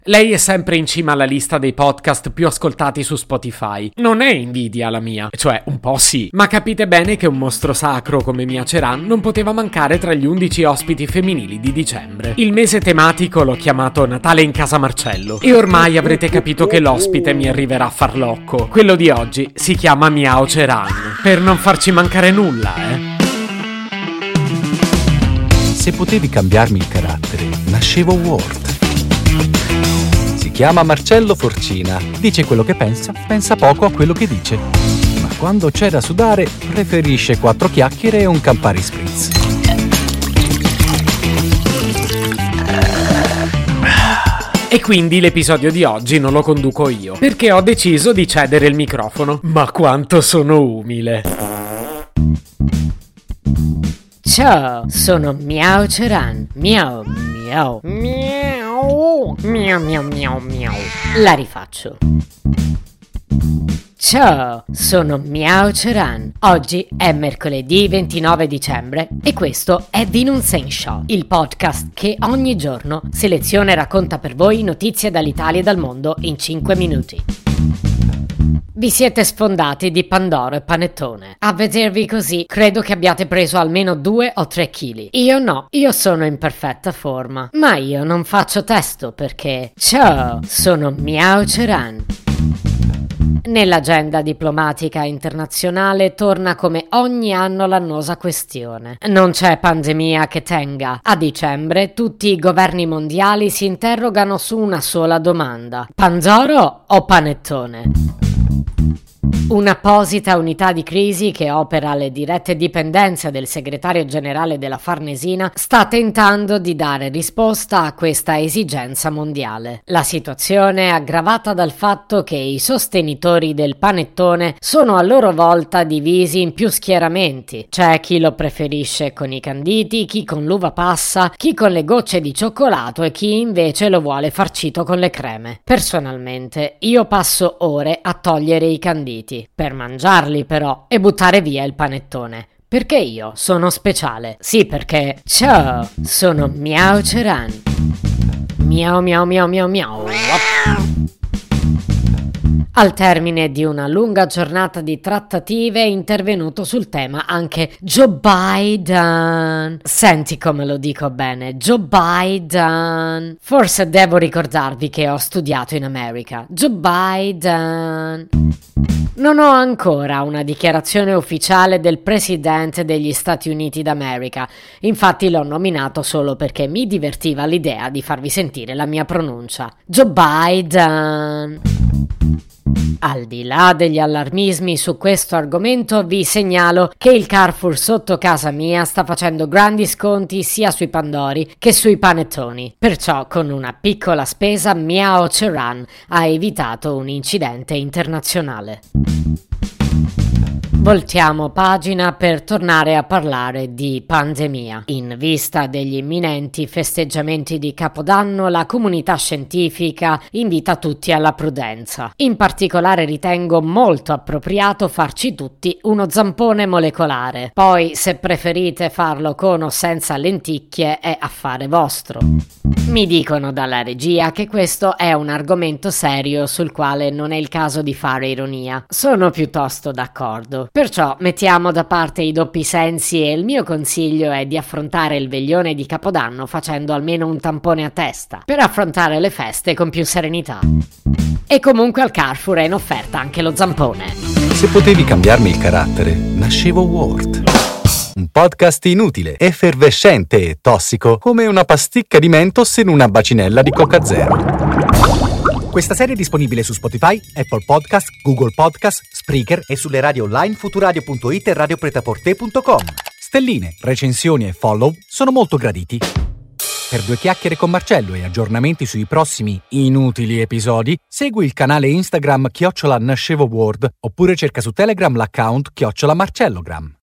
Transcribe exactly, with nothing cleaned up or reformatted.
Lei è sempre in cima alla lista dei podcast più ascoltati su Spotify. Non è invidia la mia, cioè un po' sì, ma capite bene che un mostro sacro come Mia Ceran non poteva mancare tra gli undici ospiti femminili di dicembre. Il mese tematico l'ho chiamato Natale in casa Marcello e ormai avrete capito che l'ospite mi arriverà a farlocco. Quello di oggi si chiama Mia Ceran, per non farci mancare nulla, eh. Se potevi cambiarmi il carattere, nascevo Ward. Si chiama Marcello Forcina, dice quello che pensa, pensa poco a quello che dice. Ma quando c'è da sudare, preferisce quattro chiacchiere e un Campari Spritz. E quindi l'episodio di oggi non lo conduco io, perché ho deciso di cedere il microfono. Ma quanto sono umile! Ciao, sono Mia Ceran. Miau, miau, miau, miau, miau, miau, miau. La rifaccio. Ciao, sono Mia Ceran. Oggi è mercoledì ventinove dicembre e questo è The Nonsense, il podcast che ogni giorno seleziona e racconta per voi notizie dall'Italia e dal mondo in cinque minuti. Vi siete sfondati di Pandoro e panettone. A vedervi così, credo che abbiate preso almeno due o tre chili. Io no, io sono in perfetta forma. Ma io non faccio testo perché... Ciao, sono Mia Ceran. Nell'agenda diplomatica internazionale torna come ogni anno l'annosa questione. Non c'è pandemia che tenga. A dicembre tutti i governi mondiali si interrogano su una sola domanda: Pandoro o panettone? Un'apposita unità di crisi che opera alle dirette dipendenze del segretario generale della Farnesina sta tentando di dare risposta a questa esigenza mondiale. La situazione è aggravata dal fatto che i sostenitori del panettone sono a loro volta divisi in più schieramenti. C'è chi lo preferisce con i canditi, chi con l'uva passa, chi con le gocce di cioccolato e chi invece lo vuole farcito con le creme. Personalmente, io passo ore a togliere i canditi. Per mangiarli però e buttare via il panettone. Perché io sono speciale. Sì, perché ciao, sono Mia Ceran. Miau miau miau miau miau. Al termine di una lunga giornata di trattative è intervenuto sul tema anche Joe Biden. Senti come lo dico bene, Joe Biden. Forse devo ricordarvi che ho studiato in America. Joe Biden. Non ho ancora una dichiarazione ufficiale del presidente degli Stati Uniti d'America, infatti l'ho nominato solo perché mi divertiva l'idea di farvi sentire la mia pronuncia. Joe Biden. Al di là degli allarmismi su questo argomento, vi segnalo che il Carrefour sotto casa mia sta facendo grandi sconti sia sui pandori che sui panettoni. Perciò con una piccola spesa Mia Ceran ha evitato un incidente internazionale. Voltiamo pagina per tornare a parlare di pandemia. In vista degli imminenti festeggiamenti di Capodanno, la comunità scientifica invita tutti alla prudenza. In particolare ritengo molto appropriato farci tutti uno zampone molecolare. Poi, se preferite farlo con o senza lenticchie, è affare vostro. Mi dicono dalla regia che questo è un argomento serio sul quale non è il caso di fare ironia. Sono piuttosto d'accordo. Perciò mettiamo da parte i doppi sensi e il mio consiglio è di affrontare il veglione di Capodanno facendo almeno un tampone a testa, per affrontare le feste con più serenità. E comunque al Carrefour è in offerta anche lo zampone. Se potevi cambiarmi il carattere, nascevo Ward. Un podcast inutile, effervescente e tossico, come una pasticca di Mentos in una bacinella di Coca Zero. Questa serie è disponibile su Spotify, Apple Podcast, Google Podcast, Spreaker e sulle radio online futuradio punto it e radio pretaporte punto com. Stelline, recensioni e follow sono molto graditi. Per due chiacchiere con Marcello e aggiornamenti sui prossimi inutili episodi, segui il canale Instagram chiocciola Nascevo Ward oppure cerca su Telegram l'account chiocciola Marcellogram.